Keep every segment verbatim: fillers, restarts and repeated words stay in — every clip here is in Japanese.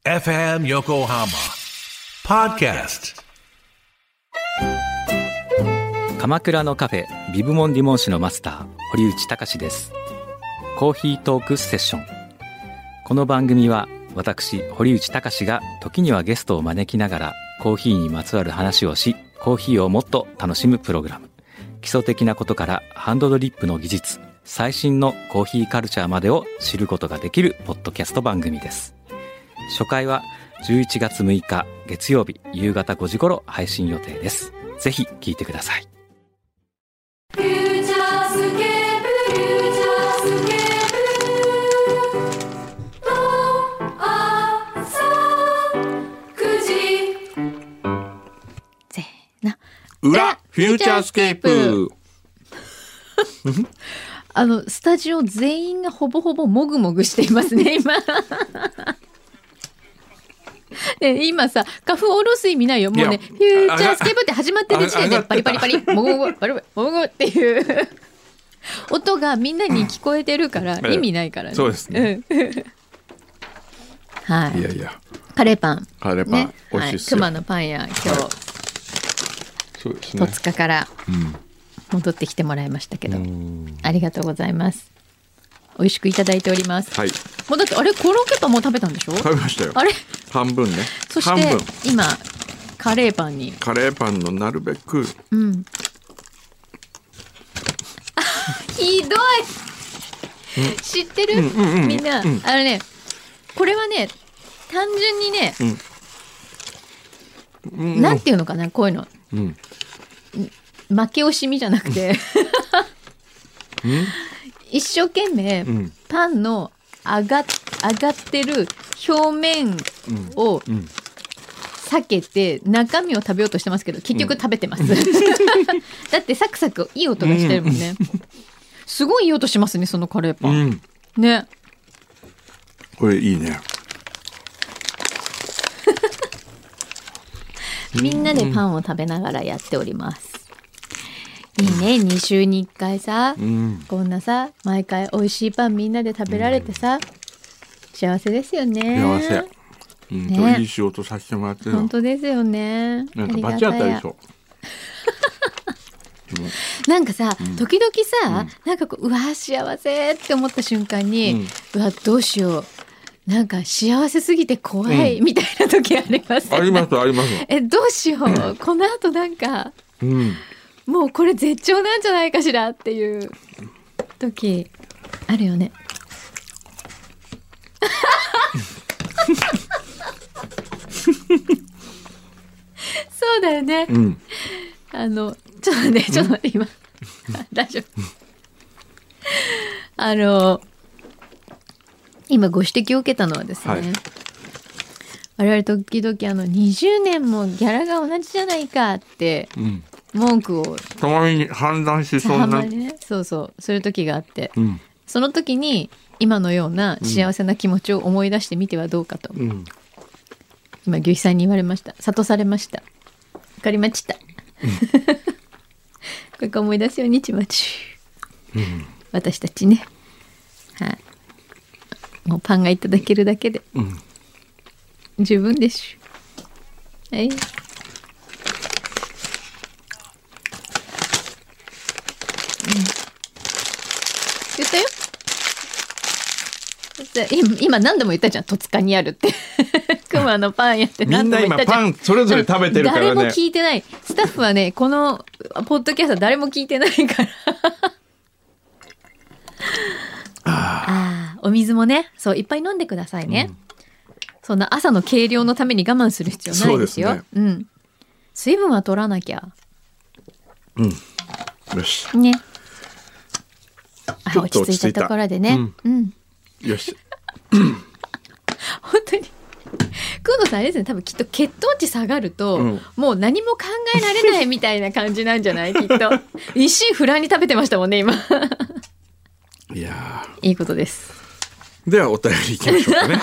エフエム 横浜ポッドキャスト。 鎌倉のカフェビブモンディモン市のマスター堀内隆です。コーヒートークセッション。この番組は私堀内隆が時にはゲストを招きながらコーヒーにまつわる話をし、コーヒーをもっと楽しむプログラム。基礎的なことからハンドドリップの技術、最新のコーヒーカルチャーまでを知ることができるポッドキャスト番組です。初回はじゅういちがつむいか月曜日夕方ごじ頃配信予定です。ぜひ聞いてください。 フューチャースケープ、フューチャースケープと朝くじせーの裏フューチャースケープ。 あのスタジオ全員がほぼほぼもぐもぐしていますね今ね、今さ花粉おろす意味ないよ。もうねフューチャースケープって始まってる時点でパリパリパリもぐもぐパリパリもぐもぐっていう音がみんなに聞こえてるから意味ないからね。 そうですね、 うん、はい。 いやいやカレーパンカレーパン、ね、美味しいっすよ、 はい、熊のパン屋今日、はい、 そうですね、 戸塚から戻ってきてもらいましたけど、うん、ありがとうございます。美味しくいただいております、はい、もうだってあれコロッケパンもう食べたんでしょ。 食べましたよ。あれ半分ね。 そして今カレーパンにカレーパンのなるべく、 うん、ひどい、うん、知ってる、うんうんうん、みんな、うん、あのねこれはね単純にね、うん、なんていうのかなこういうの、うん、負け惜しみじゃなくてうん一生懸命パンの上が、上がってる表面を避けて中身を食べようとしてますけど結局食べてます、うん、だってサクサクいい音がしてるもんね、うん、すごいいい音しますねそのカレーパン、うん、ねこれいいねみんなでパンを食べながらやっております。いいね、にしゅうにいっかいさ、うん、こんなさ毎回美味しいパンみんなで食べられてさ、うん、幸せですよね。 幸せ、うん、ね、いい仕事させてもらってる。 本当ですよね。 なんかバチ当たりそうなんかさ、うん、時々さ、うん、なんかこう、うわ幸せって思った瞬間に、うん、うわどうしようなんか幸せすぎて怖い、うん、みたいな時あります、ね、 ありますあります。 えどうしようこの後なんか、うんもうこれ絶頂なんじゃないかしらっていう時あるよねそうだよね、うん、あのちょっとねちょっと待って今大丈夫あの今ご指摘を受けたのはですね、はい、我々時々あのにじゅうねんもギャラが同じじゃないかって、うん文句をたまに判断しそうな、 ね、そうそうそういう時があって、うん、その時に今のような幸せな気持ちを思い出してみてはどうかと、うん、今牛肥さんに言われました。諭されました。わかりました、うん、これから思い出すようにちまち、うん、私たちね、はい、もうパンがいただけるだけで、うん、十分でしゅ。はい言ったよ。今何度も言ったじゃん戸塚にあるって熊のパン屋って何度も言ったじゃん。 みんな今パンそれぞれ食べてるからね。 誰も聞いてない。スタッフはねこのポッドキャスト誰も聞いてないからああお水もねそういっぱい飲んでくださいね、うん、そんな朝の計量のために我慢する必要ないですよ。そうですね、うん、水分は取らなきゃ。うんよしね落ち着いたところでね、うんうん、 よし本当に工藤さんあれですね多分きっと血糖値下がると、うん、もう何も考えられないみたいな感じなんじゃないきっと一心不乱に食べてましたもんね今いやいいことです。 ではお便りいきましょうかね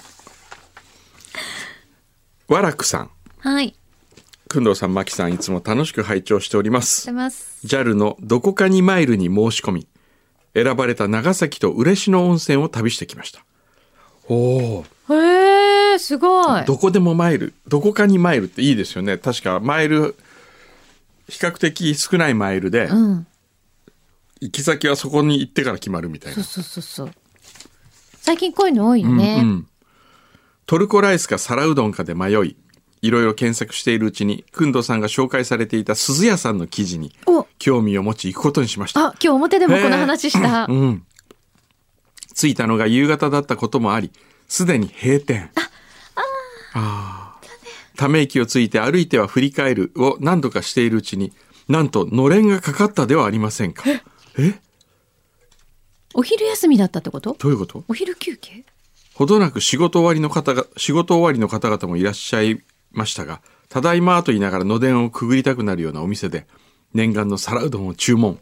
わらくさん、 はい工藤さん、牧さんいつも楽しく拝聴しております。 ますジャル のどこかにマイルに申し込み選ばれた長崎と嬉野温泉を旅してきました。おーへへえ、すごい。 どこでもマイル、どこかにマイルっていいですよね。確かマイル比較的少ないマイルで、 うん、 行き先はそこに行ってから決まるみたいな。 そうそうそうそう。最近こういうの多いよね。 うんうん、トルコライスか皿うどんかで迷い、いろいろ検索しているうちに、くんどさんが紹介されていた鈴屋さんの記事に興味を持ち行くことにしました。 あ、今日表でもこの話した。 うん。着いたのが夕方だったこともあり、すでに閉店。あ、ああ。ため息をついて歩いては振り返るを何度かしているうちに、なんとのれんがかかったではありませんか。え？ お昼休みだったってこと？ どういうこと？ お昼休憩？ ほどなく仕事終わりの方が、仕事終わりの方々もいらっしゃいましたが、ただいまと言いながらのれんをくぐりたくなるようなお店で、念願の皿うどんを注文。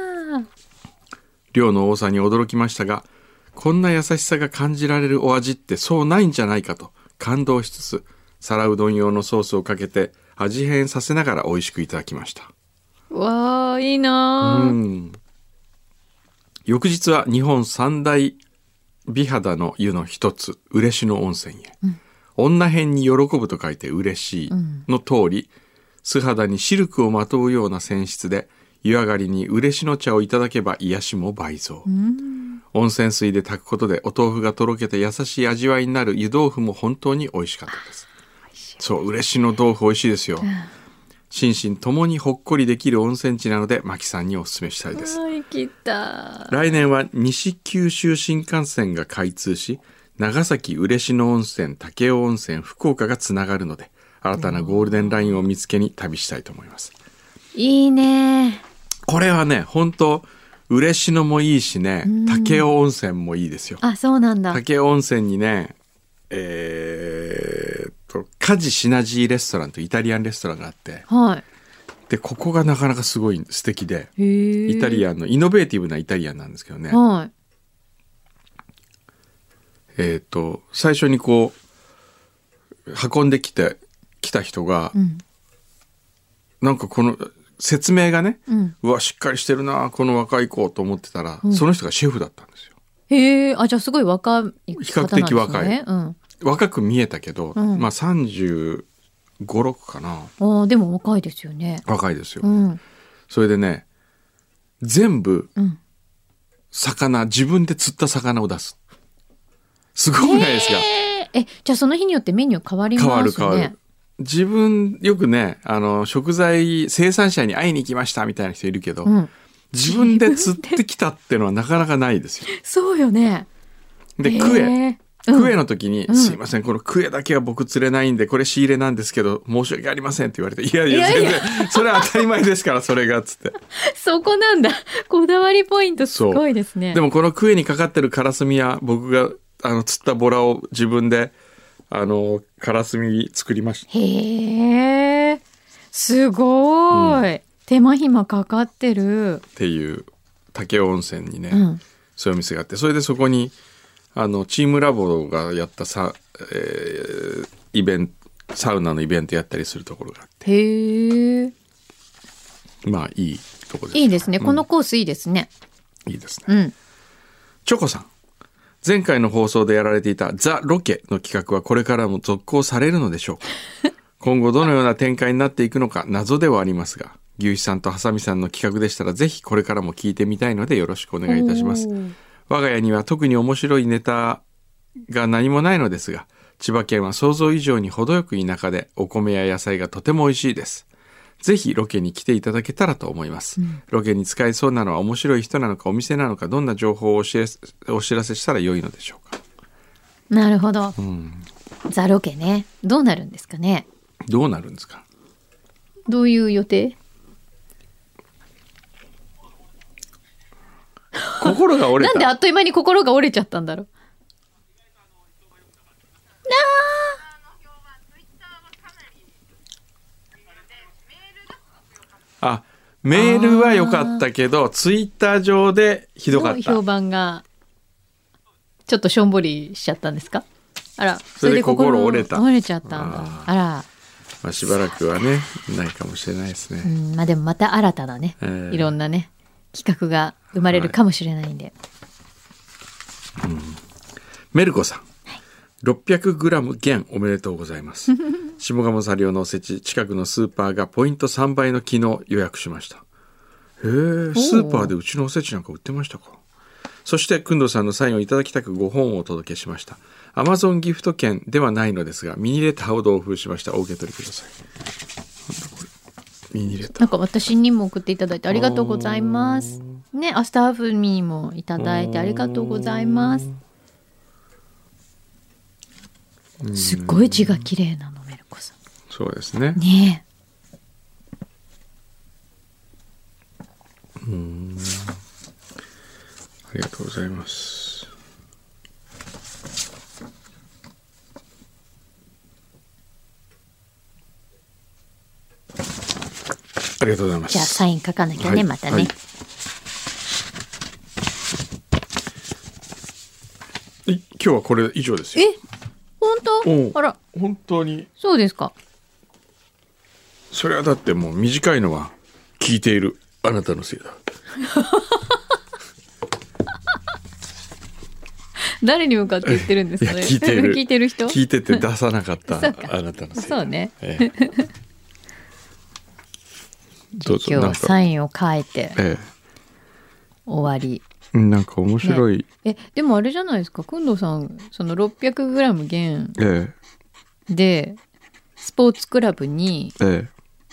量の多さに驚きましたが、こんな優しさが感じられるお味ってそうないんじゃないかと感動しつつ、皿うどん用のソースをかけて味変させながら美味しくいただきました。 わー、いいなー。うん。 翌日は日本三大美肌の湯の一つ、嬉野温泉へ。うん、女編に喜ぶと書いて嬉しいの通り、うん、素肌にシルクをまとうような泉質で、湯上がりに嬉野茶をいただけば癒しも倍増。うん、温泉水で炊くことでお豆腐がとろけて優しい味わいになる湯豆腐も本当に美味しかったです。そう、嬉野豆腐美味しいですよ。うん、心身ともにほっこりできる温泉地なので、マキさんにお勧めしたいです。 行きたい。 来年は西九州新幹線が開通し、長崎嬉野温泉、武雄温泉、福岡がつながるので、新たなゴールデンラインを見つけに旅したいと思います。 いいね。これはね、本当嬉野もいいしね、武雄温泉もいいですよ。 あ、そうなんだ。 武雄温泉にね、えー、っと梶シナジーレストランとイタリアンレストランがあって、はい、でここがなかなかすごい素敵で、イタリアンのイノベーティブなイタリアンなんですけどね、はい、えー、っと最初にこう運んできて来た人が、うん、なんかこの説明がね、うん、うわしっかりしてるなこの若い子と思ってたら、うん、その人がシェフだったんですよ。 へえ、あ、じゃあすごい若い方なんですね。 比較的若い、うん、若く見えたけど、うん、まあさんじゅうご、ろくかな。 あ、でも若いですよね。 若いですよ、うん、それでね全部、うん、魚自分で釣った魚を出す。すごくないですか。 え、じゃあその日によってメニュー変わりますね。 変わる変わる。自分よくね、あの食材生産者に会いに行きましたみたいな人いるけど、うん、自分で釣ってきたっていうのはなかなかないですよ。 そうよね。 でクエクエの時に、うん、すいませんこのクエだけは僕釣れないんでこれ仕入れなんですけど申し訳ありませんって言われて、いやいや全然それは当たり前ですからそれがつってそこなんだ。こだわりポイントすごいですね。 でもこのクエにかかってるカラスミは僕があの釣ったボラを自分であのカラスミ作りました。 へえ、すごい、うん、手間暇かかってるっていう武雄温泉にね、うん、そういうお店があって、それでそこにあのチームラボがやったさ、えー、イベントサウナのイベントやったりするところがあって、 へえ、 まあいいとこです。 いいですね、うん、このコースいいですね。 いいですね、うん、チョコさん、前回の放送でやられていたザ・ロケの企画はこれからも続行されるのでしょうか。今後どのような展開になっていくのか謎ではありますが、牛肥さんとハサミさんの企画でしたらぜひこれからも聞いてみたいのでよろしくお願いいたします。我が家には特に面白いネタが何もないのですが、千葉県は想像以上に程よく田舎でお米や野菜がとても美味しいです。ぜひロケに来ていただけたらと思います、うん、ロケに使えそうなのは面白い人なのかお店なのか、どんな情報をお知らせ、お知らせしたら良いのでしょうか。 なるほど、うん、ザロケね、どうなるんですかね。 どうなるんですか。 どういう予定。 心が折れた。 なんであっという間に心が折れちゃったんだろう。 あ、メールは良かったけどツイッター上でひどかった。 評判がちょっとしょんぼりしちゃったんですか。あら、 それで心折れた。 折れちゃったんだ。あ, あら、 まあ、しばらくはねないかもしれないですね。 うん、まあでもまた新たなね、えー、いろんなね企画が生まれるかもしれないんで、 はい、うん、メルコさん、はい、 ろっぴゃくグラム 減おめでとうございます下鴨サリオのおせち、近くのスーパーがポイントさんばいの昨日予約しました。へえ、スーパーでうちのおせちなんか売ってましたか。そして工藤さんのサインをいただきたくごほんをお届けしました。アマゾンギフト券ではないのですがミニレターを同封しました。お受け取りください。なんだこれ、ミニレター。 なんか私にも送っていただいてありがとうございますね。アスターフミにもいただいてありがとうございます。すっごい字が綺麗なの、メルコさん。 そうですね。 ねうーん、ありがとうございます。ありがとうございます。 じゃあサイン書かなきゃね、 はい、 またね、 はい、今日はこれ以上ですよ。 え、本おう当？あら、 本当に。 そうですか。 それはだってもう短いのは聞いているあなたのせいだ。 誰に向かって言ってるんですかね。 聞いてる聞いてる人。 聞いてて出さなかったあそうかなたのせいだ。 そうね。 ええ、どうぞ。 今日はサインを書いてえ終わり。 え、なんか面白い、 ね、えでもあれじゃないですか、くんどうさん、その ろっぴゃくグラム 減えでスポーツクラブにええ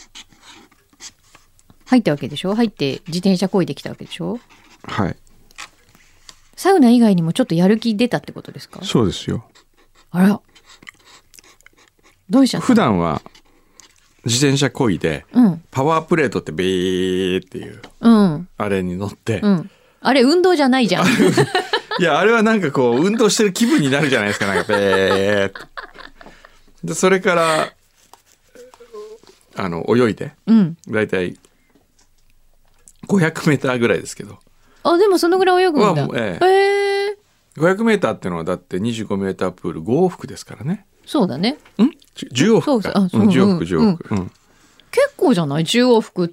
入ったわけでしょ。入って自転車漕いできたわけでしょ。 え、はい、 サウナ以外にもちょっとやる気出たってことですか。 そうですよ。 あら、どうしちゃったの。 普段は自転車漕いで、 うんパワープレートってビーっていううんあれに乗って、 うん、あれ運動じゃないじゃん。 いやあれはなんかこう運動してる気分になるじゃないですか。なんかベーってで、それからあの泳いで、 うん、 だいたいごひゃくメーターぐらいですけど、 あ、でもそのぐらい泳ぐんだ。 はええええー、 ごひゃくメーターっていうのはだってにじゅうごメータープールご往復ですからね。 そうだね。 んじゅう往復か。 そうそう、あ、そう、 うん、じゅう往復うんじゅう往復、うん、 結構じゃない、じゅう往復って。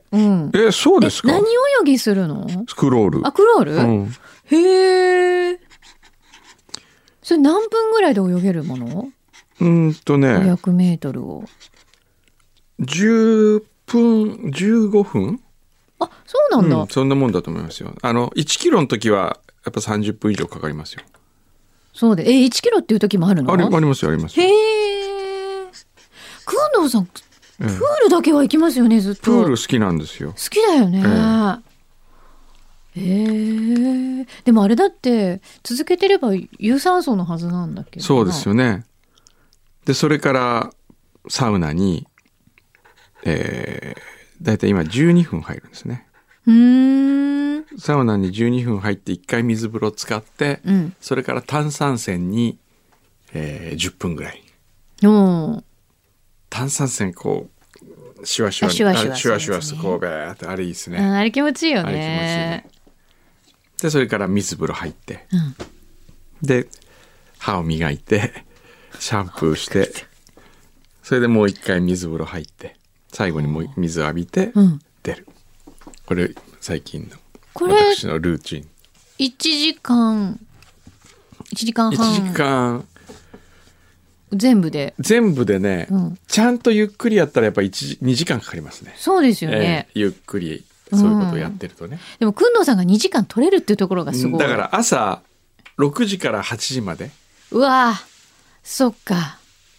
うん。 え、そうですか。 何泳ぎするの。 スクロール。 あ、クロール、 うん、 へえ。それ何分ぐらいで泳げるもの。 うーんとね、 ごひゃくメートルを。 じゅっぷんじゅうごふん、 あ、そうなんだ、 うん、そんなもんだと思いますよ。あのいちキロの時はやっぱさんじゅっぷん以上かかりますよ。 そうで、え、いちキロっていう時もあるの。 あり、ありますよ、ありますよ。 へえ。くんどうさん、プええ、 ールだけは行きますよね、ずっと。 プール好きなんですよ。 好きだよね。へえ。でもあれだって続けてれば有酸素のはずなんだけど。 そうですよね。でそれからサウナに、えー、だいたい今じゅうにふん入るんですね。 うーん。 サウナにじゅうにふん入っていっかい水風呂使って、 うん、 それから炭酸泉に、えー、じゅっぷんぐらい。 お炭酸泉こうシュワシュワシュワシュワシュワシュワしてこうべーってあれいいですね。 あ、あれ気持ちいいよあれ気持ちいいねね。でそれから水風呂入って、 うん、 で歯を磨いてシャンプーしてそれでもう一回水風呂入って最後にもう水浴びて出る、うん、これ最近のこれ私のルーチン。 いちじかんいちじかんはんいちじかん全部で全部でね、うん、ちゃんとゆっくりやったらやっぱりにじかんかかりますね。 そうですよね、 えー、ゆっくりそういうことをやってるとね、うん、 でもくんどうさんがにじかん取れるっていうところがすごい。 だから朝ろくじからはちじまで。 うわそっか。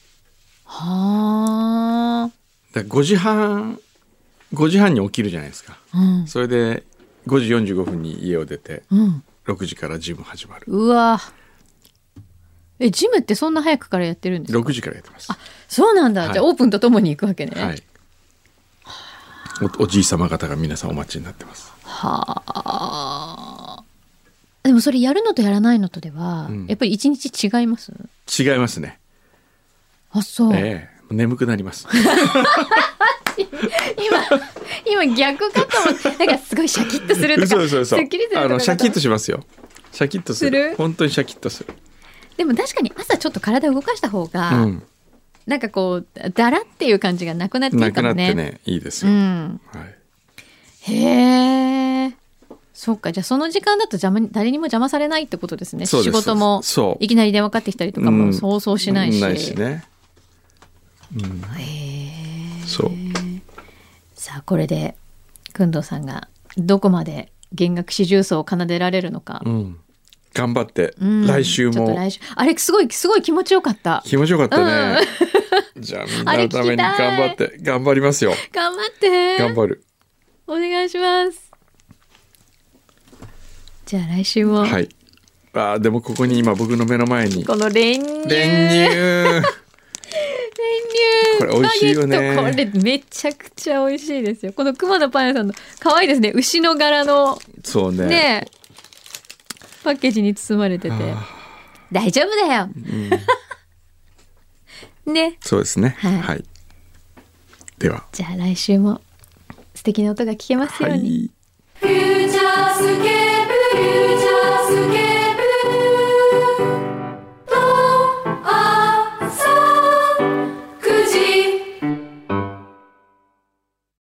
はあ。 だからごじはんごじはんに起きるじゃないですか、 うん、 それでごじよんじゅうごふんに家を出て、うん、ろくじからジム始まる。 うわえ、ジムってそんな早くからやってるんですか。 ろくじからやってます。 あ、そうなんだ、 はい、 じゃあオープンとともに行くわけね。 はい、お, おじいさま方が皆さんお待ちになってます。 はあ。でもそれやるのとやらないのとでは、うん、やっぱり一日違います。 違いますね。 あ、そう。 ええ、眠くなります。 今今逆かと思って、なんかすごいシャキッとするとか、 そうそうそう、 すっきりするとか、 あのシャキッとしますよ。シャキッとする。する本当にシャキッとする。 でも確かに朝ちょっと体を動かした方が、うん、なんかこうだらっていう感じがなくなっていいかもね。 なくなってね、いいですよ。うん、はい、 へえ。 そうか、じゃあその時間だと邪魔に誰にも邪魔されないってことですね。 そうです仕事もそういきなり電話かかってきたりとかもそうそうしないし、 ないしね、うん、そうさあこれで工藤さんがどこまで弦楽四重奏を奏でられるのか、 うん、頑張って、 うん、 来週もちょっと来週あれすごいすごい気持ちよかった。 気持ちよかったね、うん、じゃあみんなのために頑張って頑張りますよ。 頑張って頑張る。 お願いします。じゃあ来週も。 はい。あ、でもここに今僕の目の前にこの練乳。 練乳。練乳。これ美味しいよね。 これめちゃくちゃ美味しいですよ。この熊野パン屋さんの可愛いですね。牛の柄の。 そうね。 ね。パッケージに包まれてて大丈夫だよ。うん、ね。 そうですね。 はい。 はい、では。 じゃあ来週も素敵な音が聞けますように。 はい、フューチャースケープ